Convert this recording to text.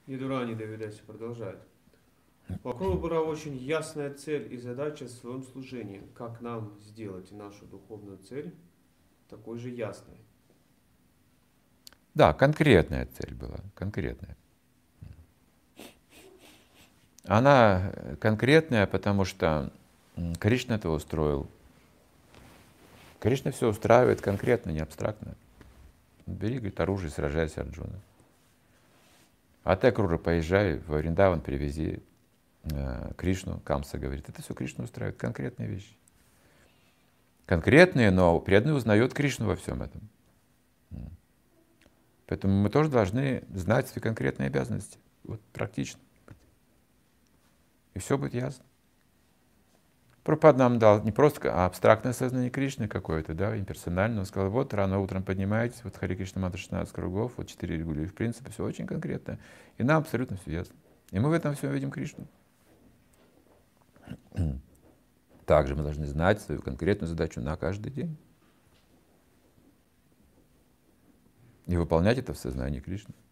Йодурани Давидеси продолжает. У Акрова была очень ясная цель и задача в своем служении. Как нам сделать нашу духовную цель такой же ясной? Да, конкретная цель была, конкретная. Она конкретная, потому что Кришна это устроил. Кришна все устраивает конкретно, не абстрактно. Бери, говорит, оружие, сражайся, Арджуна. А ты, Акрура, поезжай в Вриндаван, привези Кришну. Камса говорит, это все Кришна устраивает, конкретные вещи. Конкретные, но преданный узнает Кришну во всем этом. Поэтому мы тоже должны знать свои конкретные обязанности. Вот практично. И все будет ясно. Прабхупад нам дал не просто абстрактное сознание Кришны какое-то, да, имперсональное. Он сказал, вот рано утром поднимаетесь, вот Харе Кришна мантра 16 кругов, вот 4 регулирующих принципа, все очень конкретно. И нам абсолютно все ясно. И мы в этом все видим Кришну. Также мы должны знать свою конкретную задачу на каждый день. И выполнять это в сознании Кришны.